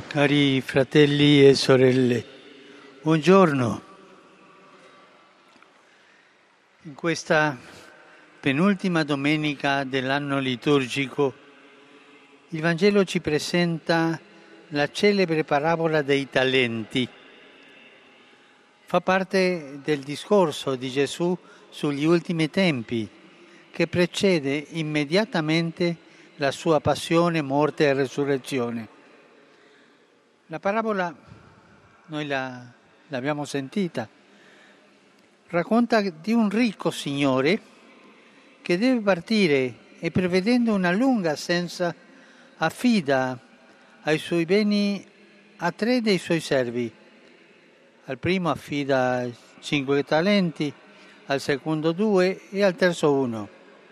Cari fratelli e sorelle, buongiorno. In questa penultima domenica dell'anno liturgico, il Vangelo ci presenta la celebre parabola dei talenti. Fa parte del discorso di Gesù sugli ultimi tempi, che precede immediatamente la sua passione, morte e resurrezione. La parabola, noi l'abbiamo sentita, racconta di un ricco signore che deve partire e, prevedendo una lunga assenza, affida ai suoi beni a 3 dei suoi servi. Al primo affida 5 talenti, al secondo 2 e al terzo 1.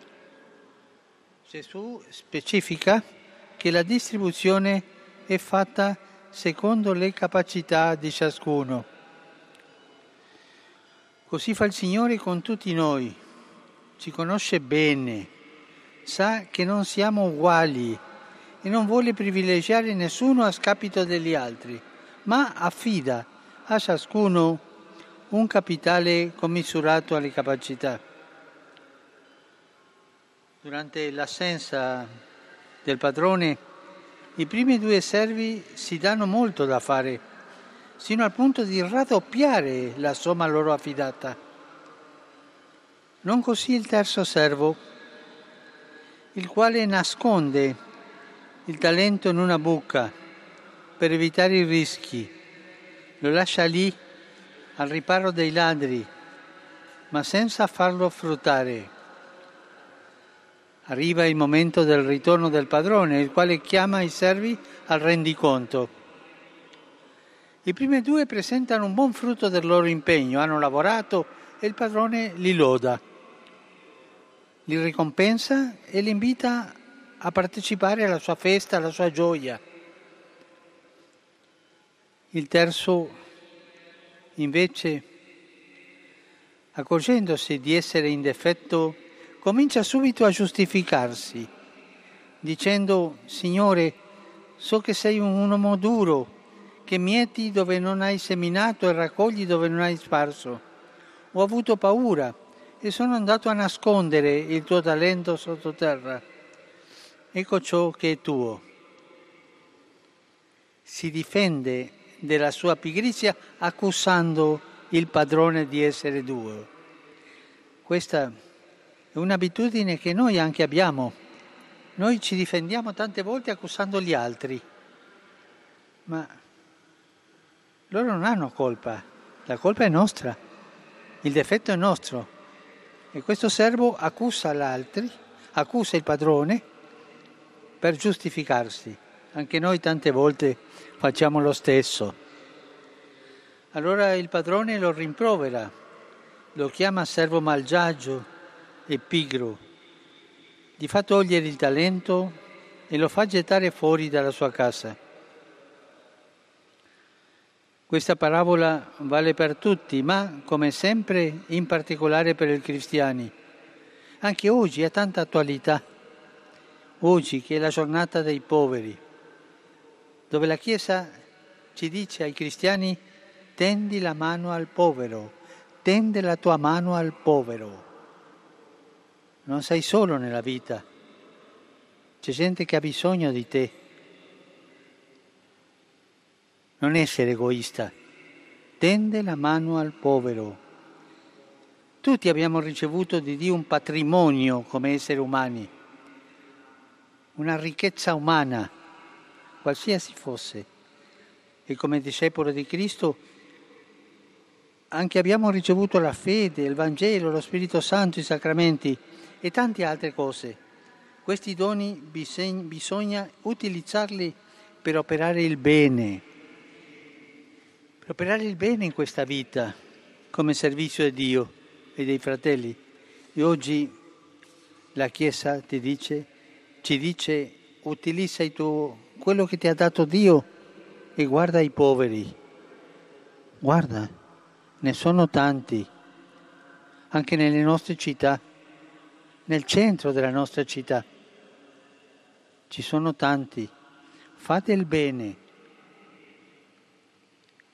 Gesù specifica che la distribuzione è fatta secondo le capacità di ciascuno. Così fa il Signore con tutti noi, ci conosce bene, sa che non siamo uguali e non vuole privilegiare nessuno a scapito degli altri, ma affida a ciascuno un capitale commisurato alle capacità. Durante l'assenza del padrone, i primi 2 servi si danno molto da fare, sino al punto di raddoppiare la somma loro affidata. Non così il terzo servo, il quale nasconde il talento in una buca per evitare i rischi. Lo lascia lì al riparo dei ladri, ma senza farlo fruttare. Arriva il momento del ritorno del padrone, il quale chiama i servi al rendiconto. I primi 2 presentano un buon frutto del loro impegno, hanno lavorato e il padrone li loda, li ricompensa e li invita a partecipare alla sua festa, alla sua gioia. Il terzo, invece, accorgendosi di essere in difetto, comincia subito a giustificarsi, dicendo: Signore, so che sei un uomo duro, che mieti dove non hai seminato e raccogli dove non hai sparso. Ho avuto paura e sono andato a nascondere il tuo talento sottoterra. Ecco ciò che è tuo. Si difende della sua pigrizia accusando il padrone di essere duro. Questa è un'abitudine che noi anche abbiamo. Noi ci difendiamo tante volte accusando gli altri, ma loro non hanno colpa, la colpa è nostra, il difetto è nostro. E questo servo accusa l'altro, accusa il padrone per giustificarsi. Anche noi tante volte facciamo lo stesso. Allora il padrone lo rimprovera, lo chiama servo malvagio e pigro, gli fa togliere il talento e lo fa gettare fuori dalla sua casa. Questa parabola vale per tutti, ma come sempre in particolare per i cristiani. Anche oggi ha tanta attualità, oggi che è la giornata dei poveri, dove la Chiesa ci dice ai cristiani: tendi la mano al povero, tende la tua mano al povero. Non sei solo nella vita, c'è gente che ha bisogno di te. Non essere egoista, tende la mano al povero. Tutti abbiamo ricevuto di Dio un patrimonio come esseri umani, una ricchezza umana, qualsiasi fosse. E come discepolo di Cristo anche abbiamo ricevuto la fede, il Vangelo, lo Spirito Santo, i sacramenti e tante altre cose. Questi doni bisogna utilizzarli per operare il bene. Per operare il bene in questa vita, come servizio a Dio e dei fratelli. E oggi la Chiesa ci dice, utilizza quello che ti ha dato Dio e guarda i poveri. Guarda, ne sono tanti, anche nelle nostre città, nel centro della nostra città. Ci sono tanti. Fate il bene,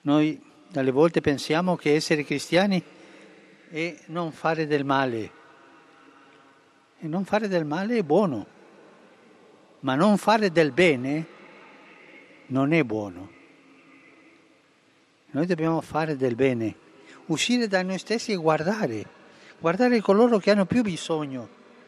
Noi alle volte pensiamo che essere cristiani è non fare del male. E non fare del male è buono, ma non fare del bene non è buono. Noi dobbiamo fare del bene, uscire da noi stessi e guardare coloro che hanno più bisogno.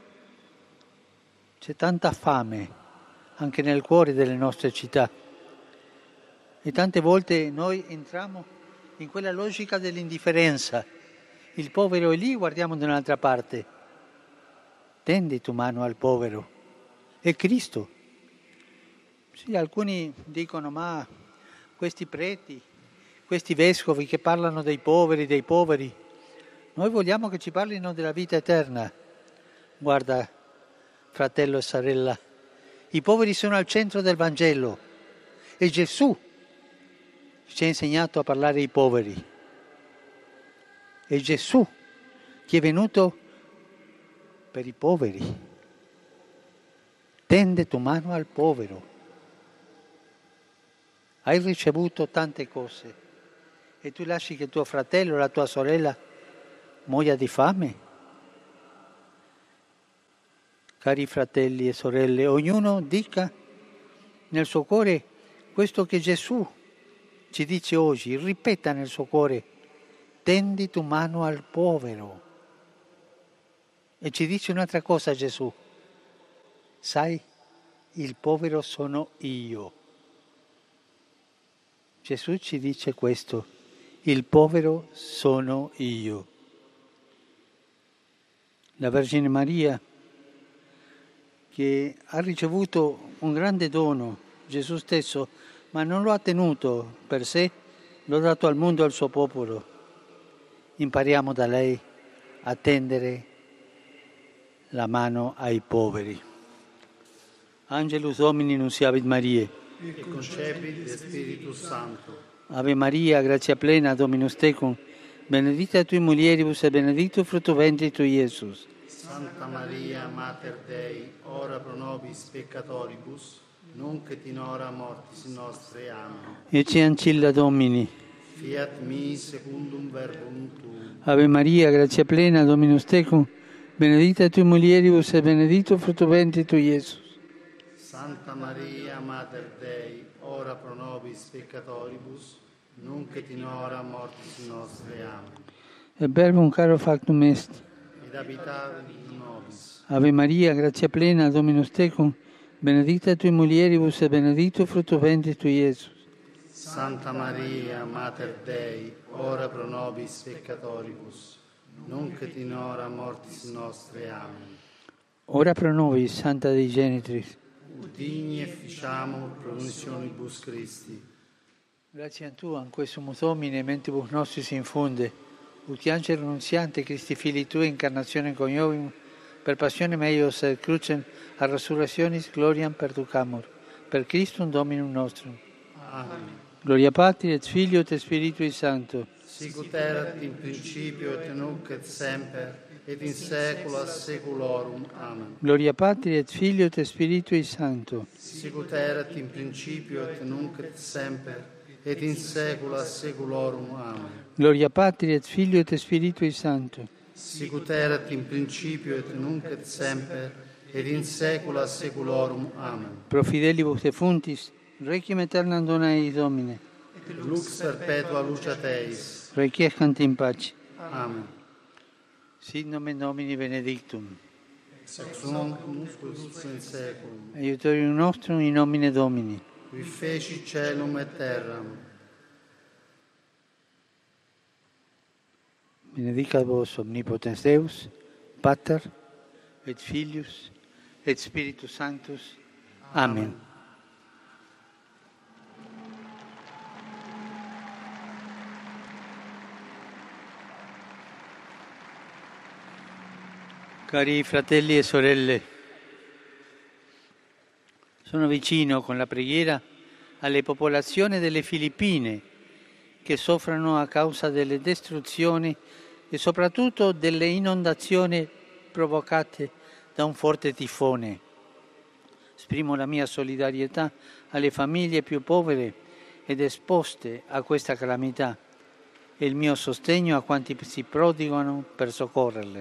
C'è tanta fame anche nel cuore delle nostre città e tante volte noi entriamo in quella logica dell'indifferenza. Il povero è lì, guardiamo da un'altra parte. Tendi tu mano al povero. È Cristo. Sì, alcuni dicono, ma questi preti, questi vescovi che parlano dei poveri, noi vogliamo che ci parlino della vita eterna. Guarda, fratello e sorella, i poveri sono al centro del Vangelo e Gesù ci ha insegnato a parlare ai poveri. È Gesù che è venuto per i poveri. Tende tu mano al povero. Hai ricevuto tante cose e tu lasci che tuo fratello o la tua sorella muoia di fame? Cari fratelli e sorelle, ognuno dica nel suo cuore questo che Gesù ci dice oggi, ripeta nel suo cuore, tendi tu mano al povero. E ci dice un'altra cosa Gesù, sai, il povero sono io. Gesù ci dice questo, il povero sono io. La Vergine Maria, che ha ricevuto un grande dono, Gesù stesso, ma non lo ha tenuto per sé, l'ha dato al mondo e al suo popolo. Impariamo da lei a tendere la mano ai poveri. Angelus Domini nunciavit Mariae. Et concepit Spiritus Sancto. Ave Maria, grazia plena, Dominus tecum, benedicta tui mulieribus et benedictus fructus ventris tui, Iesus. Santa Maria, Mater Dei, ora pro nobis peccatoribus, nunc et in hora mortis nostre. Amen. Ecce ancilla Domini. Fiat mi secundum verbum tuum. Ave Maria, grazia plena, Dominus tecum, benedicta tui mulieribus et benedictus fructus ventris tui, Iesus. Santa Maria, Mater Dei, ora pro nobis peccatoribus, nunc et in hora mortis nostre. Amen. Et verbum caro factum est. Ed abitavit in nobis. Ave Maria, grazia plena, Dominus tecum, benedicta tui mulieribus et benedictus fructus ventris tui, Iesus. Santa Maria, Mater Dei, ora pro nobis peccatoribus, nunc et in hora mortis nostre. Amen. Ora pro nobis, Santa Dei Genitris. Digni efficiamur promissionibus Christi. Grazie a Tu, an quesumus Domine, mentibus nostris infunde, ut angelo nunziante Christi Filii Tui, incarnazione coniovium, per passione meius et crucem, a resurrectionis gloriam perducamur, per Christum Dominum nostrum. Amen. Gloria Patri et Filio et Spiritui Sancto. Sicut erat in principio et nunc et semper, et in saecula saeculorum. Amen. Gloria Patri et Filio et Spiritui Sancto. Sicut erat in principio et nunc et semper, et in saecula saeculorum. Amen. Gloria Patri et Filio et Spiritui Sancto. Sicut erat in principio et nunc et semper, et in saecula saeculorum. Amen. Pro fidelibus defuntis, requiem aeternam dona eis Domine. Lux perpetua luceat eis. Requiescant in pace. Amen. Sit nomen Domini benedictum. Ex nunc usque in saeculum. Aiutorium nostrum in nomine Domini. Qui feci caelum et terram. Benedicat vos omnipotens Deus, Pater et Filius et Spiritus Sanctus. Amen. Cari fratelli e sorelle, sono vicino con la preghiera alle popolazioni delle Filippine che soffrono a causa delle distruzioni e soprattutto delle inondazioni provocate da un forte tifone. Esprimo la mia solidarietà alle famiglie più povere ed esposte a questa calamità e il mio sostegno a quanti si prodigano per soccorrerle.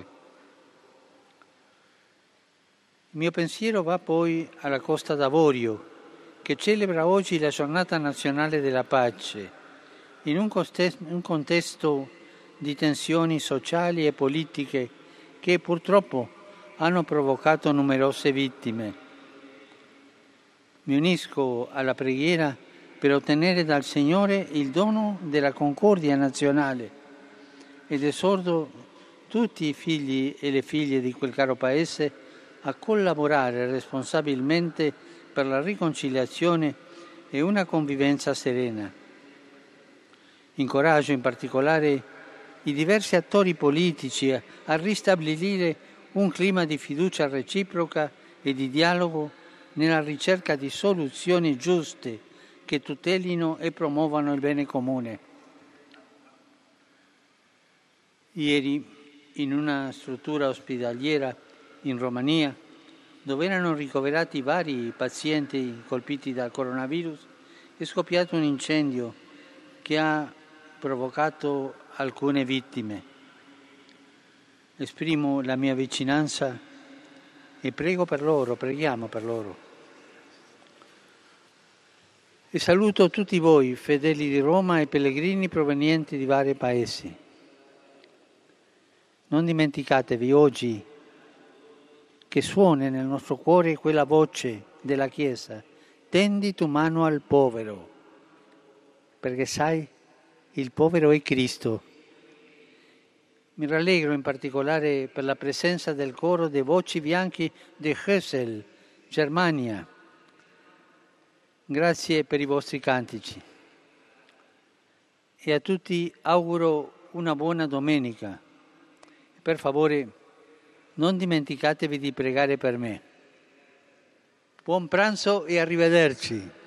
Il mio pensiero va poi alla Costa d'Avorio, che celebra oggi la Giornata Nazionale della Pace, in un contesto di tensioni sociali e politiche che purtroppo hanno provocato numerose vittime. Mi unisco alla preghiera per ottenere dal Signore il dono della concordia nazionale ed esorto tutti i figli e le figlie di quel caro Paese a collaborare responsabilmente per la riconciliazione e una convivenza serena. Incoraggio in particolare i diversi attori politici a ristabilire un clima di fiducia reciproca e di dialogo nella ricerca di soluzioni giuste che tutelino e promuovano il bene comune. Ieri, in una struttura ospedaliera in Romania, dove erano ricoverati vari pazienti colpiti dal coronavirus, è scoppiato un incendio che ha provocato alcune vittime. Esprimo la mia vicinanza e preghiamo per loro. E saluto tutti voi, fedeli di Roma e pellegrini provenienti di vari paesi. Non dimenticatevi oggi che suoni nel nostro cuore quella voce della Chiesa: tendi tu mano al povero, perché sai, il povero è Cristo. Mi rallegro in particolare per la presenza del coro dei Voci Bianchi di Hössel, Germania. Grazie per i vostri cantici. E a tutti auguro una buona domenica. Per favore, non dimenticatevi di pregare per me. Buon pranzo e arrivederci.